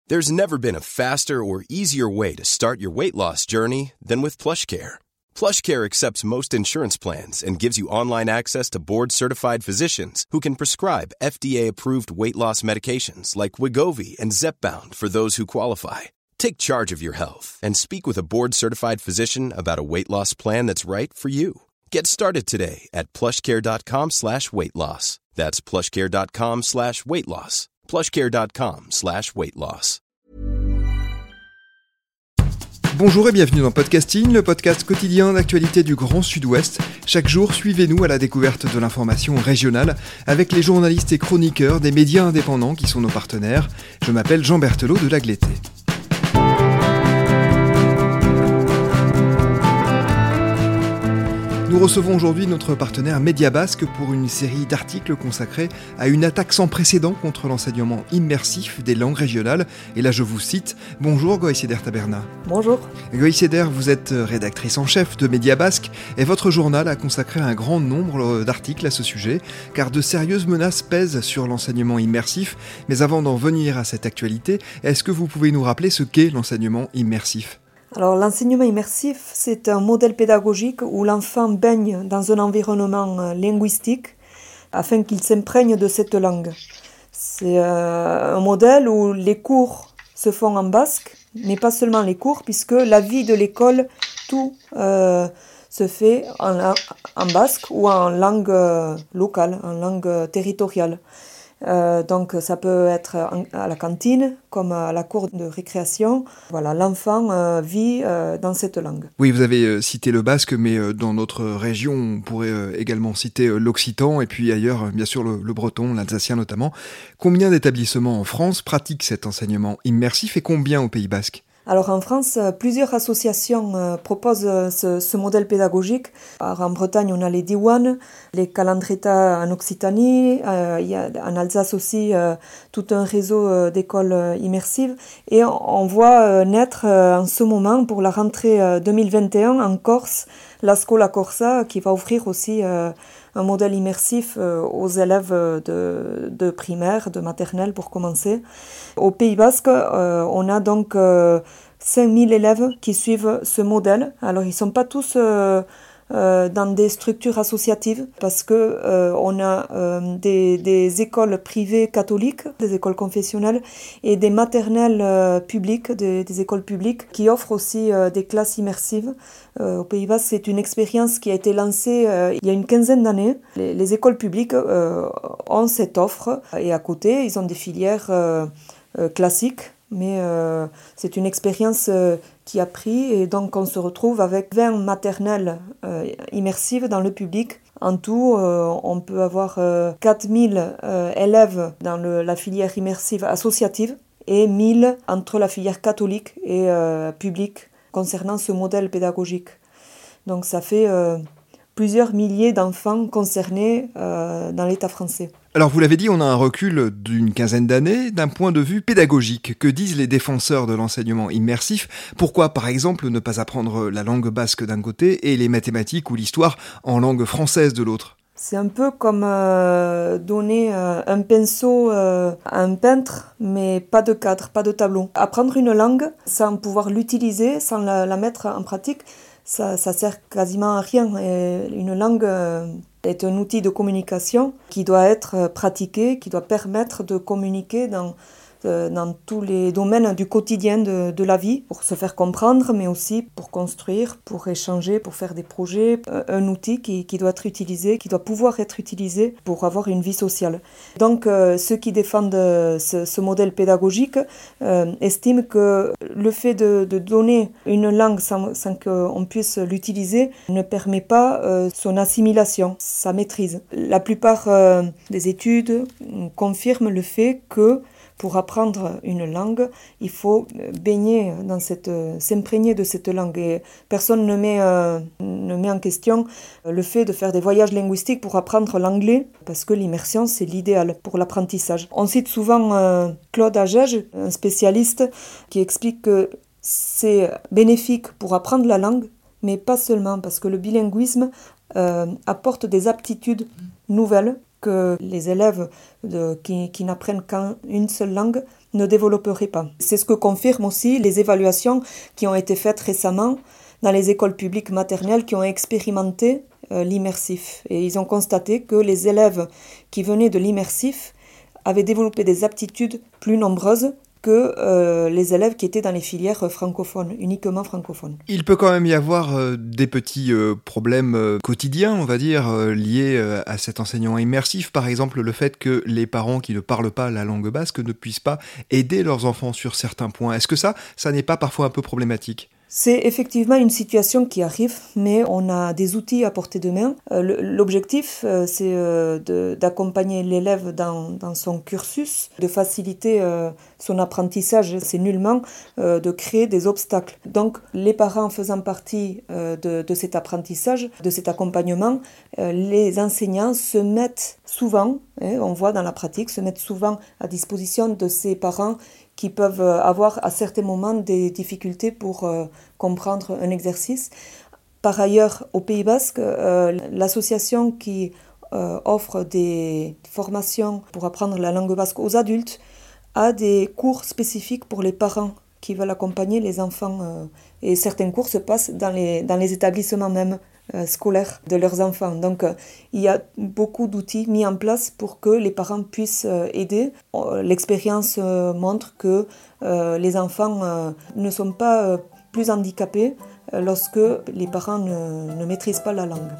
There's never been a faster or easier way to start your weight loss journey than with PlushCare. PlushCare accepts most insurance plans and gives you online access to board-certified physicians who can prescribe FDA-approved weight loss medications like Wegovy and Zepbound for those who qualify. Take charge of your health and speak with a board-certified physician about a weight loss plan that's right for you. Get started today at plushcare.com/weight loss. That's plushcare.com/weight loss. plushcare.com/weight loss. Bonjour et bienvenue dans Podcasting, le podcast quotidien d'actualité du Grand Sud-Ouest. Chaque jour, suivez-nous à la découverte de l'information régionale avec les journalistes et chroniqueurs des médias indépendants qui sont nos partenaires. Je m'appelle Jean Berthelot de Lagleté. Nous recevons aujourd'hui notre partenaire Mediabasque pour une série d'articles consacrés à une attaque sans précédent contre l'enseignement immersif des langues régionales. Et là, je vous cite. Bonjour Goïseder Taberna. Bonjour. Goïseder, vous êtes rédactrice en chef de Mediabasque et votre journal a consacré un grand nombre d'articles à ce sujet, car de sérieuses menaces pèsent sur l'enseignement immersif. Mais avant d'en venir à cette actualité, est-ce que vous pouvez nous rappeler ce qu'est l'enseignement immersif ? Alors, l'enseignement immersif, c'est un modèle pédagogique où l'enfant baigne dans un environnement linguistique afin qu'il s'imprègne de cette langue. C'est un modèle où les cours se font en basque, mais pas seulement les cours, puisque la vie de l'école, tout se fait en basque ou en langue locale, en langue territoriale. Donc ça peut être à la cantine comme à la cour de récréation. Voilà, l'enfant vit dans cette langue. Oui, vous avez cité le basque, mais dans notre région, on pourrait également citer l'occitan et puis ailleurs, bien sûr, le breton, l'alsacien notamment. Combien d'établissements en France pratiquent cet enseignement immersif et combien au Pays Basque ? Alors en France, plusieurs associations proposent ce modèle pédagogique. Alors, en Bretagne, on a les Diwan, les Calandreta en Occitanie, il y a en Alsace aussi tout un réseau d'écoles immersives. Et on voit naître en ce moment, pour la rentrée 2021, en Corse, la Scola Corsa, qui va offrir aussi un modèle immersif aux élèves de primaire, de maternelle pour commencer. Au Pays Basque, on a donc 5000 élèves qui suivent ce modèle. Alors ils ne sont pas tous dans des structures associatives parce que on a des écoles privées catholiques, des écoles confessionnelles et des maternelles publiques, des écoles publiques qui offrent aussi des classes immersives. Au Pays Basque, c'est une expérience qui a été lancée il y a une quinzaine d'années. Les écoles publiques ont cette offre et à côté, ils ont des filières classiques. Mais c'est une expérience qui a pris et donc on se retrouve avec 20 maternelles immersives dans le public. En tout, on peut avoir 4000 élèves dans la filière immersive associative et 1000 entre la filière catholique et publique concernant ce modèle pédagogique. Donc ça fait plusieurs milliers d'enfants concernés dans l'État français. Alors vous l'avez dit, on a un recul d'une quinzaine d'années d'un point de vue pédagogique. Que disent les défenseurs de l'enseignement immersif ? Pourquoi, par exemple, ne pas apprendre la langue basque d'un côté et les mathématiques ou l'histoire en langue française de l'autre ? C'est un peu comme donner un pinceau à un peintre, mais pas de cadre, pas de tableau. Apprendre une langue sans pouvoir l'utiliser, sans la mettre en pratique, ça sert quasiment à rien. Et une langue est un outil de communication qui doit être pratiqué, qui doit permettre de communiquer dans tous les domaines du quotidien de la vie, pour se faire comprendre, mais aussi pour construire, pour échanger, pour faire des projets. Un outil qui doit être utilisé, qui doit pouvoir être utilisé pour avoir une vie sociale. Donc ceux qui défendent ce modèle pédagogique estiment que le fait de donner une langue sans qu'on puisse l'utiliser ne permet pas son assimilation, sa maîtrise. La plupart des études confirment le fait que pour apprendre une langue, il faut baigner dans s'imprégner de cette langue. Et personne ne met en question le fait de faire des voyages linguistiques pour apprendre l'anglais, parce que l'immersion, c'est l'idéal pour l'apprentissage. On cite souvent Claude Agege, un spécialiste, qui explique que c'est bénéfique pour apprendre la langue, mais pas seulement, parce que le bilinguisme apporte des aptitudes nouvelles que les élèves qui n'apprennent qu'une seule langue ne développerait pas. C'est ce que confirment aussi les évaluations qui ont été faites récemment dans les écoles publiques maternelles qui ont expérimenté l'immersif. Et ils ont constaté que les élèves qui venaient de l'immersif avaient développé des aptitudes plus nombreuses que les élèves qui étaient dans les filières francophones, uniquement francophones. Il peut quand même y avoir des petits problèmes quotidiens, on va dire, liés à cet enseignement immersif. Par exemple, le fait que les parents qui ne parlent pas la langue basque ne puissent pas aider leurs enfants sur certains points. Est-ce que ça n'est pas parfois un peu problématique ? C'est effectivement une situation qui arrive, mais on a des outils à portée de main. L'objectif, c'est d'accompagner l'élève dans son cursus, de faciliter son apprentissage. C'est nullement de créer des obstacles. Donc, les parents faisant partie de cet apprentissage, de cet accompagnement, les enseignants se mettent souvent, on voit dans la pratique, se mettent souvent à disposition de ces parents qui peuvent avoir à certains moments des difficultés pour comprendre un exercice. Par ailleurs, au Pays Basque, l'association qui offre des formations pour apprendre la langue basque aux adultes a des cours spécifiques pour les parents qui veulent accompagner les enfants. Et certains cours se passent dans les établissements même scolaires de leurs enfants. Donc il y a beaucoup d'outils mis en place pour que les parents puissent aider. L'expérience montre que les enfants ne sont pas plus handicapés lorsque les parents ne maîtrisent pas la langue.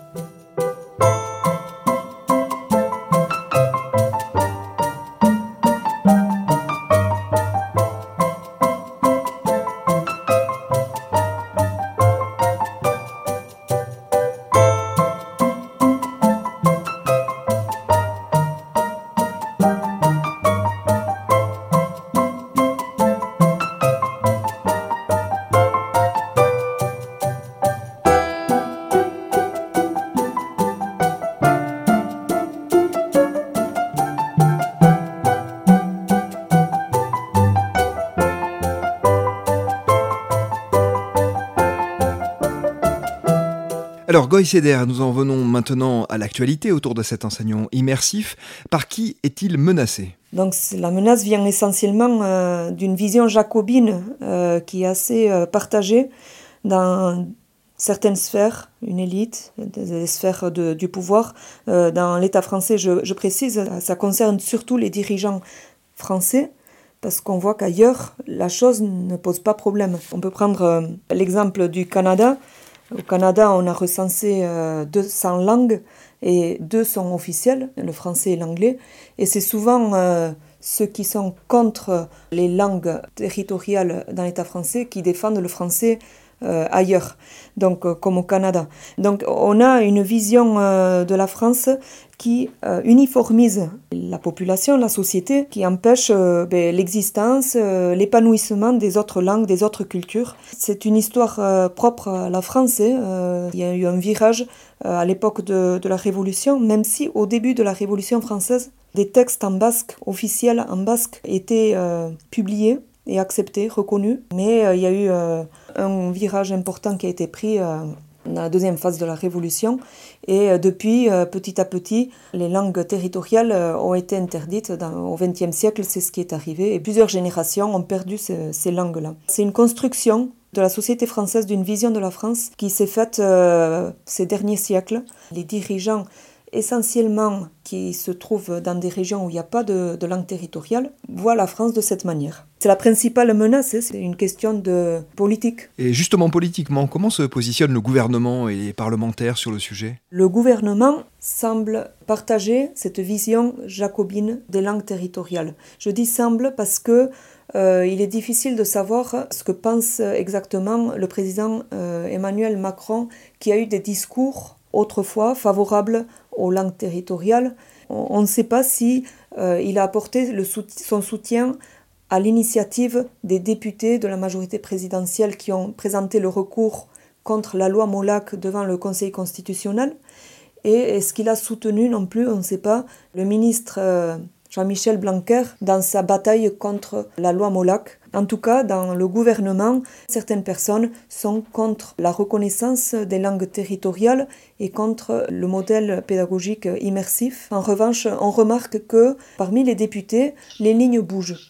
Alors Goy Seder, nous en venons maintenant à l'actualité autour de cet enseignement immersif. Par qui est-il menacé ? Donc la menace vient essentiellement d'une vision jacobine qui est assez partagée dans certaines sphères, une élite, des sphères du pouvoir. Dans l'État français, je précise, ça concerne surtout les dirigeants français, parce qu'on voit qu'ailleurs, la chose ne pose pas problème. On peut prendre l'exemple du Canada. Au Canada, on a recensé 200 langues et 2 sont officielles, le français et l'anglais. Et c'est souvent ceux qui sont contre les langues territoriales dans l'État français qui défendent le français ailleurs, donc comme au Canada. Donc on a une vision de la France qui uniformise la population, la société, qui empêche l'existence, l'épanouissement des autres langues, des autres cultures. C'est une histoire propre à la France. Il y a eu un virage à l'époque de la Révolution, même si au début de la Révolution française, des textes en basque, officiels en basque, étaient publiés et acceptés, reconnus. Mais il y a eu un virage important qui a été pris dans la deuxième phase de la Révolution. Et depuis, petit à petit, les langues territoriales ont été interdites au XXe siècle. C'est ce qui est arrivé. Et plusieurs générations ont perdu ces langues-là. C'est une construction de la société française, d'une vision de la France qui s'est faite ces derniers siècles. Les dirigeants essentiellement qui se trouvent dans des régions où il n'y a pas de langue territoriale, voient la France de cette manière. C'est la principale menace, c'est une question de politique. Et justement politiquement, comment se positionne le gouvernement et les parlementaires sur le sujet ? Le gouvernement semble partager cette vision jacobine des langues territoriales. Je dis semble parce que il est difficile de savoir ce que pense exactement le président Emmanuel Macron, qui a eu des discours autrefois favorables aux langues territoriales. On ne sait pas si il a apporté son soutien à l'initiative des députés de la majorité présidentielle qui ont présenté le recours contre la loi Molac devant le Conseil constitutionnel. Et est-ce qu'il a soutenu non plus, on ne sait pas, le ministre Jean-Michel Blanquer dans sa bataille contre la loi Molac. En tout cas, dans le gouvernement, certaines personnes sont contre la reconnaissance des langues territoriales et contre le modèle pédagogique immersif. En revanche, on remarque que parmi les députés, les lignes bougent.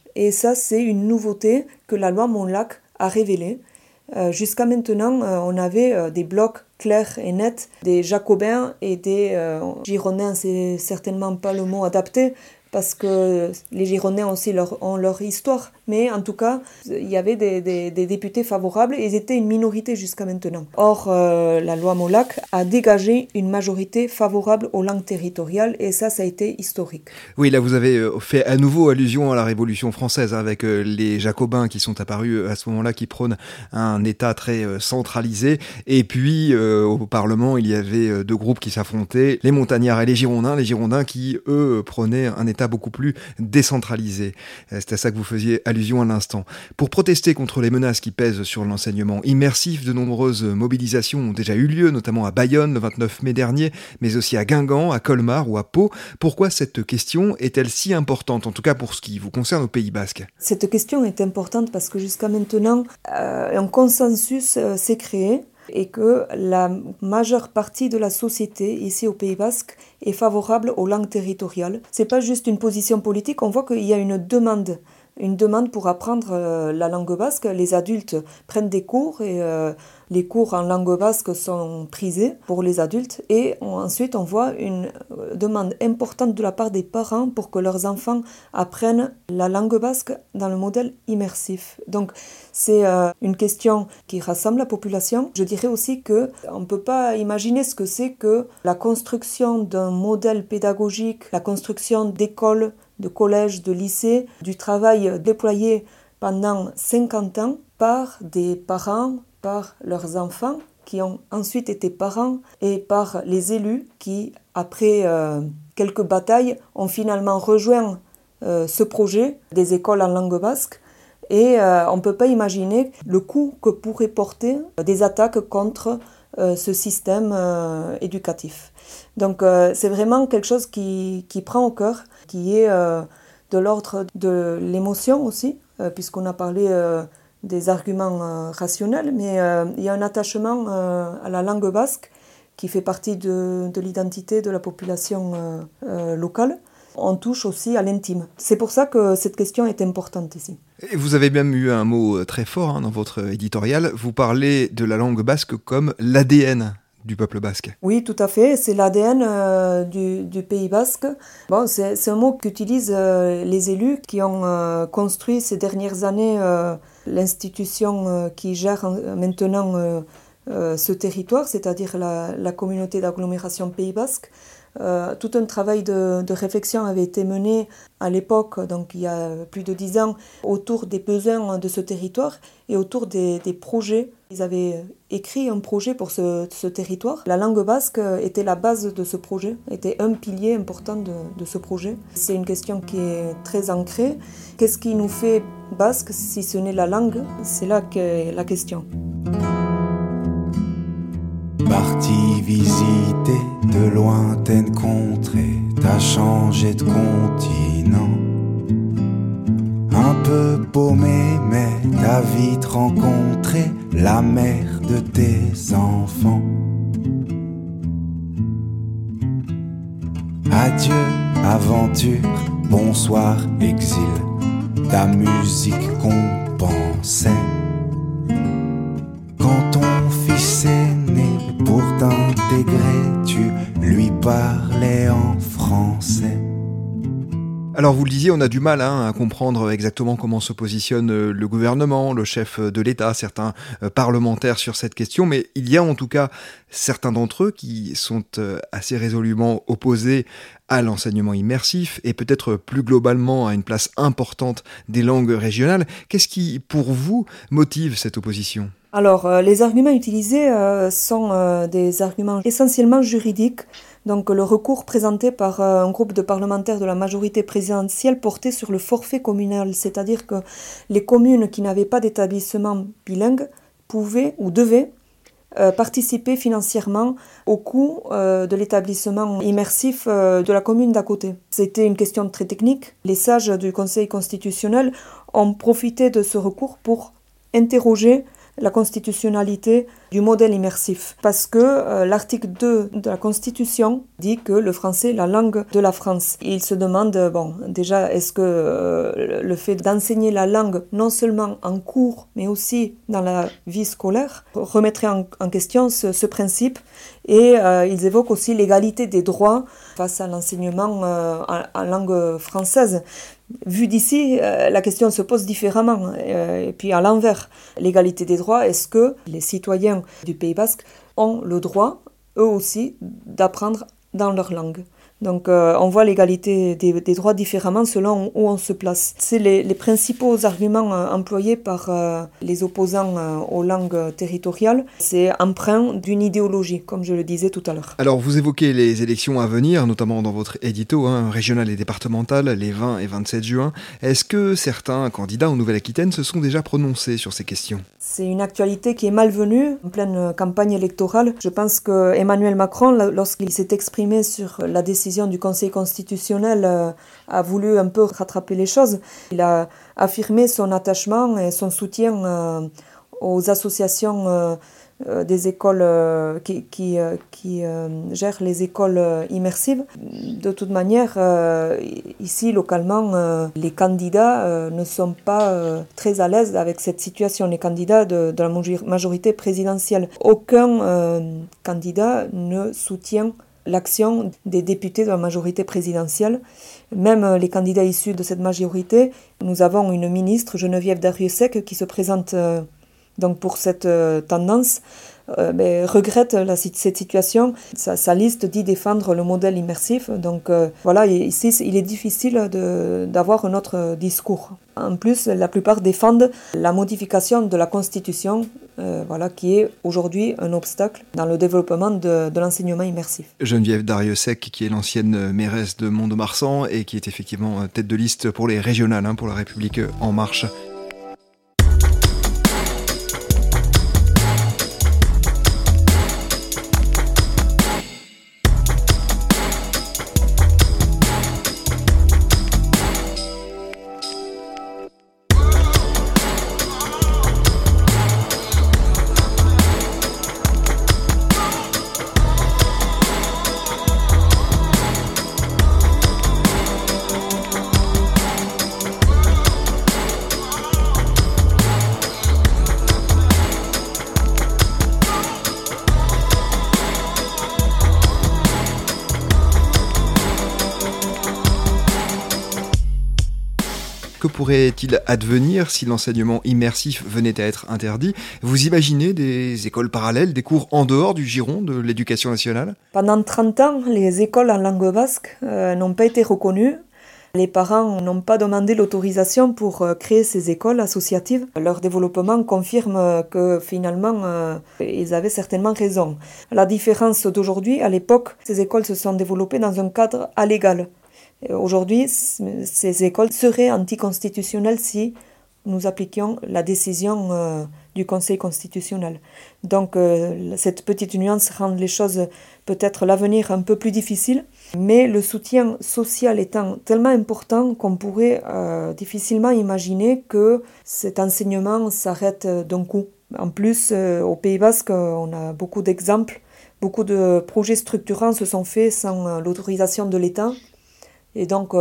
Et ça, c'est une nouveauté que la loi Monlac a révélée. Jusqu'à maintenant, on avait des blocs clairs et nets, des jacobins et des girondins. C'est certainement pas le mot adapté, parce que les Girondins aussi ont leur histoire. Mais en tout cas, il y avait des députés favorables et ils étaient une minorité jusqu'à maintenant. Or, la loi Monlac a dégagé une majorité favorable aux langues territoriales et ça a été historique. Oui, là vous avez fait à nouveau allusion à la Révolution française, avec les Jacobins qui sont apparus à ce moment-là, qui prônent un État très centralisé. Et puis, au Parlement, il y avait deux groupes qui s'affrontaient, les montagnards et les Girondins qui, eux, prônaient un État beaucoup plus décentralisé. C'est à ça que vous faisiez allusion à l'instant. Pour protester contre les menaces qui pèsent sur l'enseignement immersif, de nombreuses mobilisations ont déjà eu lieu, notamment à Bayonne le 29 mai dernier, mais aussi à Guingamp, à Colmar ou à Pau. Pourquoi cette question est-elle si importante, en tout cas pour ce qui vous concerne au Pays Basque ? Cette question est importante parce que jusqu'à maintenant, un consensus s'est créé et que la majeure partie de la société ici au Pays Basque est favorable aux langues territoriales. C'est pas juste une position politique, on voit qu'il y a une demande pour apprendre la langue basque. Les adultes prennent des cours et les cours en langue basque sont prisés pour les adultes. Et ensuite, on voit une demande importante de la part des parents pour que leurs enfants apprennent la langue basque dans le modèle immersif. Donc, c'est une question qui rassemble la population. Je dirais aussi qu'on ne peut pas imaginer ce que c'est que la construction d'un modèle pédagogique, la construction d'écoles, de collèges, de lycées, du travail déployé pendant 50 ans par des parents, par leurs enfants, qui ont ensuite été parents, et par les élus qui, après quelques batailles, ont finalement rejoint ce projet des écoles en langue basque. Et on ne peut pas imaginer le coût que pourraient porter des attaques contre ce système éducatif. Donc c'est vraiment quelque chose qui prend au cœur, qui est de l'ordre de l'émotion aussi, puisqu'on a parlé des arguments rationnels, mais il y a un attachement à la langue basque qui fait partie de l'identité de la population locale. On touche aussi à l'intime. C'est pour ça que cette question est importante ici. Et vous avez même eu un mot très fort dans votre éditorial. Vous parlez de la langue basque comme l'ADN du peuple basque. Oui, tout à fait. C'est l'ADN du Pays basque. Bon, c'est un mot qu'utilisent les élus qui ont construit ces dernières années l'institution qui gère maintenant ce territoire, c'est-à-dire la communauté d'agglomération Pays basque. Tout un travail de réflexion avait été mené à l'époque, donc il y a plus de 10 ans, autour des besoins de ce territoire et autour des projets. Ils avaient écrit un projet pour ce territoire. La langue basque était la base de ce projet, était un pilier important de ce projet. C'est une question qui est très ancrée. Qu'est-ce qui nous fait basque si ce n'est la langue ? C'est là qu'est la question. Parti visiter de lointaines contrées, t'as changé de continent. Un peu paumé, mais t'as vite rencontré la mère de tes enfants. Adieu, aventure, bonsoir, exil. Ta musique qu'on pensait. Quand ton fils est né, pour t'intégrer, tu lui parlais en français. Alors vous le disiez, on a du mal à comprendre exactement comment se positionne le gouvernement, le chef de l'État, certains parlementaires sur cette question, mais il y a en tout cas certains d'entre eux qui sont assez résolument opposés à l'enseignement immersif et peut-être plus globalement à une place importante des langues régionales. Qu'est-ce qui, pour vous, motive cette opposition ? Alors, les arguments utilisés sont des arguments essentiellement juridiques. Donc, le recours présenté par un groupe de parlementaires de la majorité présidentielle portait sur le forfait communal, c'est-à-dire que les communes qui n'avaient pas d'établissement bilingue pouvaient ou devaient participer financièrement au coût de l'établissement immersif de la commune d'à côté. C'était une question très technique. Les sages du Conseil constitutionnel ont profité de ce recours pour interroger la constitutionnalité du modèle immersif. Parce que l'article 2 de la Constitution dit que le français est la langue de la France. Et il se demande, déjà, est-ce que le fait d'enseigner la langue, non seulement en cours, mais aussi dans la vie scolaire, remettrait en question ce principe. Et ils évoquent aussi l'égalité des droits face à l'enseignement en langue française. Vu d'ici, la question se pose différemment. Et puis à l'envers, l'égalité des droits, est-ce que les citoyens du Pays basque ont le droit, eux aussi, d'apprendre dans leur langue ? Donc on voit l'égalité des droits différemment selon où on se place. C'est les principaux arguments employés par les opposants aux langues territoriales. C'est empreint d'une idéologie, comme je le disais tout à l'heure. Alors vous évoquez les élections à venir, notamment dans votre édito, régional et départemental, les 20 et 27 juin. Est-ce que certains candidats en Nouvelle-Aquitaine se sont déjà prononcés sur ces questions ? C'est une actualité qui est malvenue, en pleine campagne électorale. Je pense que Emmanuel Macron, lorsqu'il s'est exprimé sur la décision du Conseil constitutionnel, a voulu un peu rattraper les choses. Il a affirmé son attachement et son soutien aux associations des écoles qui gèrent les écoles immersives. De toute manière, ici, localement, les candidats ne sont pas très à l'aise avec cette situation, les candidats de la majorité présidentielle. Aucun candidat ne soutient l'action des députés de la majorité présidentielle. Même les candidats issus de cette majorité, nous avons une ministre, Geneviève Darrieussecq, qui se présente donc pour cette tendance, regrette cette situation. Sa liste dit défendre le modèle immersif. Donc ici, il est difficile d'avoir un autre discours. En plus, la plupart défendent la modification de la Constitution, qui est aujourd'hui un obstacle dans le développement de l'enseignement immersif. Geneviève Darrieussecq, qui est l'ancienne mairesse de Mont-de-Marsan et qui est effectivement tête de liste pour les régionales, pour La République En Marche. Que pourrait-il advenir si l'enseignement immersif venait à être interdit ? Vous imaginez des écoles parallèles, des cours en dehors du giron de l'éducation nationale ? Pendant 30 ans, les écoles en langue basque n'ont pas été reconnues. Les parents n'ont pas demandé l'autorisation pour créer ces écoles associatives. Leur développement confirme que finalement, ils avaient certainement raison. La différence d'aujourd'hui, à l'époque, ces écoles se sont développées dans un cadre allégal. Aujourd'hui, ces écoles seraient anticonstitutionnelles si nous appliquions la décision du Conseil constitutionnel. Donc, cette petite nuance rend les choses, peut-être l'avenir, un peu plus difficile. Mais le soutien social étant tellement important qu'on pourrait difficilement imaginer que cet enseignement s'arrête d'un coup. En plus, au Pays basque, on a beaucoup d'exemples. Beaucoup de projets structurants se sont faits sans l'autorisation de l'État. Et donc,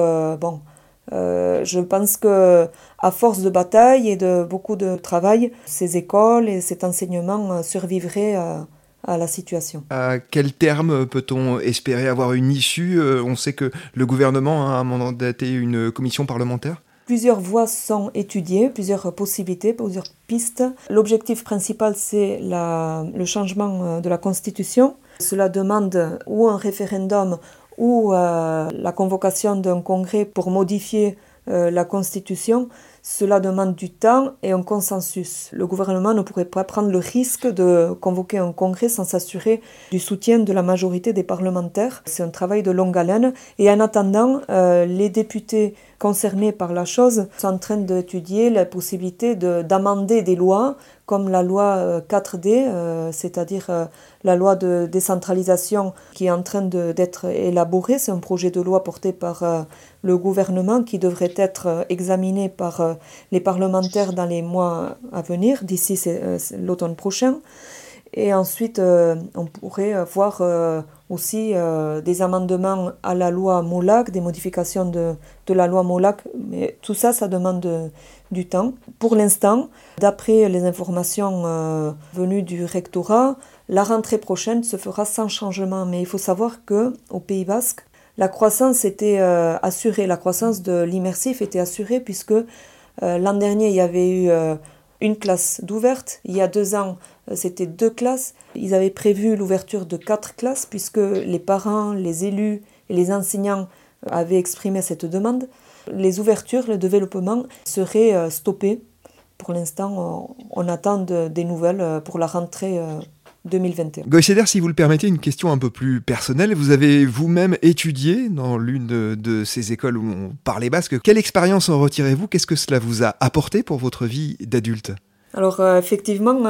je pense que à force de bataille et de beaucoup de travail, ces écoles et cet enseignement survivraient à la situation. À quel terme peut-on espérer avoir une issue ? On sait que le gouvernement a mandaté une commission parlementaire. Plusieurs voies sont étudiées, plusieurs possibilités, plusieurs pistes. L'objectif principal, c'est le changement de la Constitution. Cela demande ou un référendum ou la convocation d'un congrès pour modifier la Constitution. Cela demande du temps et un consensus. Le gouvernement ne pourrait pas prendre le risque de convoquer un congrès sans s'assurer du soutien de la majorité des parlementaires. C'est un travail de longue haleine. Et en attendant, les députés concernés par la chose sont en train d'étudier la possibilité d'amender des lois comme la loi 4D, c'est-à-dire la loi de décentralisation qui est en train d'être élaborée. C'est un projet de loi porté par le gouvernement qui devrait être examiné par les parlementaires dans les mois à venir, d'ici l'automne prochain. Et ensuite, on pourrait voir aussi des amendements à la loi MOLAC, des modifications de la loi MOLAC. Mais tout ça, ça demande du temps. Pour l'instant, d'après les informations venues du rectorat, la rentrée prochaine se fera sans changement. Mais il faut savoir qu'au Pays Basque, la croissance était assurée. La croissance de l'immersif était assurée puisque l'an dernier, il y avait eu une classe d'ouverte. Il y a 2 ans, c'était 2 classes. Ils avaient prévu l'ouverture de 4 classes puisque les parents, les élus et les enseignants avaient exprimé cette demande. Les ouvertures, le développement seraient stoppés. Pour l'instant, on attend des nouvelles pour la rentrée 2021. Goy Seder, si vous le permettez, une question un peu plus personnelle. Vous avez vous-même étudié dans l'une de ces écoles où on parlait basque. Quelle expérience en retirez-vous ? Qu'est-ce que cela vous a apporté pour votre vie d'adulte ? Alors effectivement,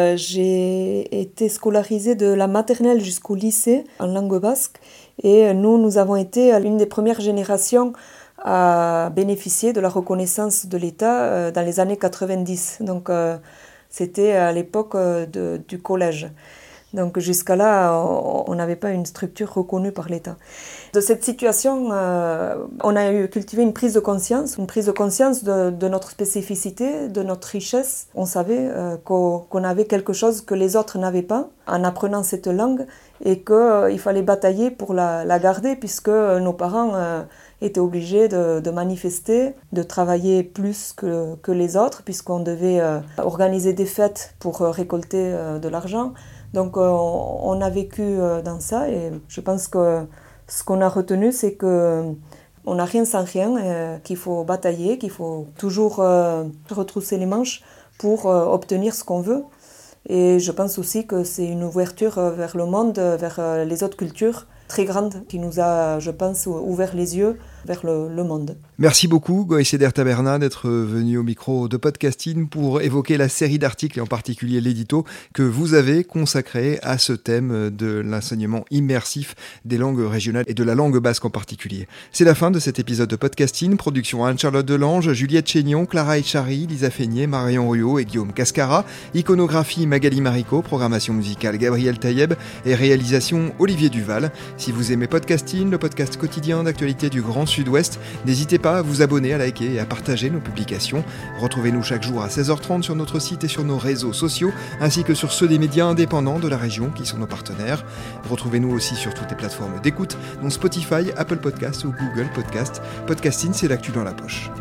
j'ai été scolarisée de la maternelle jusqu'au lycée en langue basque et nous avons été l'une des premières générations à bénéficier de la reconnaissance de l'État dans les années 90. Donc c'était à l'époque du collège. Donc jusqu'à là, on n'avait pas une structure reconnue par l'État. De cette situation, on a cultivé une prise de conscience de notre spécificité, de notre richesse. On savait qu'on avait quelque chose que les autres n'avaient pas en apprenant cette langue et qu'il fallait batailler pour la garder puisque nos parents étaient obligés de manifester, de travailler plus que les autres puisqu'on devait organiser des fêtes pour récolter de l'argent. Donc on a vécu dans ça et je pense que ce qu'on a retenu, c'est qu'on n'a rien sans rien, qu'il faut batailler, qu'il faut toujours retrousser les manches pour obtenir ce qu'on veut. Et je pense aussi que c'est une ouverture vers le monde, vers les autres cultures très grande qui nous a, je pense, ouvert les yeux vers le monde. Merci beaucoup, Goy Seder Taberna, d'être venu au micro de Podcasting pour évoquer la série d'articles et en particulier l'édito que vous avez consacré à ce thème de l'enseignement immersif des langues régionales et de la langue basque en particulier. C'est la fin de cet épisode de Podcasting. Production Anne-Charlotte Delange, Juliette Chénion, Clara Echari, Lisa Feignet, Marion Ruot et Guillaume Cascara. Iconographie Magali Marico, programmation musicale Gabriel Taïeb et réalisation Olivier Duval. Si vous aimez Podcasting, le podcast quotidien d'actualité du Grand Sud-Ouest, n'hésitez pas à vous abonner, à liker et à partager nos publications. Retrouvez-nous chaque jour à 16h30 sur notre site et sur nos réseaux sociaux, ainsi que sur ceux des médias indépendants de la région qui sont nos partenaires. Retrouvez-nous aussi sur toutes les plateformes d'écoute, dont Spotify, Apple Podcasts ou Google Podcasts. Podcasting, c'est l'actu dans la poche.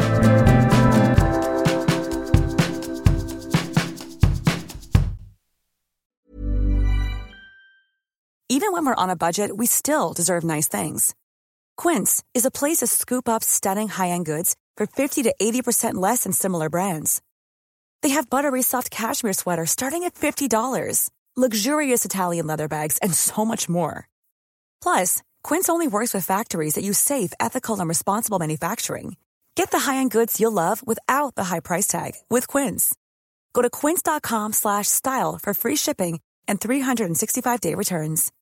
Even when we're on a budget, we still deserve nice things. Quince is a place to scoop up stunning high-end goods for 50 to 80% less than similar brands. They have buttery soft cashmere sweaters starting at $50, luxurious Italian leather bags, and so much more. Plus, Quince only works with factories that use safe, ethical, and responsible manufacturing. Get the high-end goods you'll love without the high price tag with Quince. Go to quince.com/style for free shipping and 365-day returns.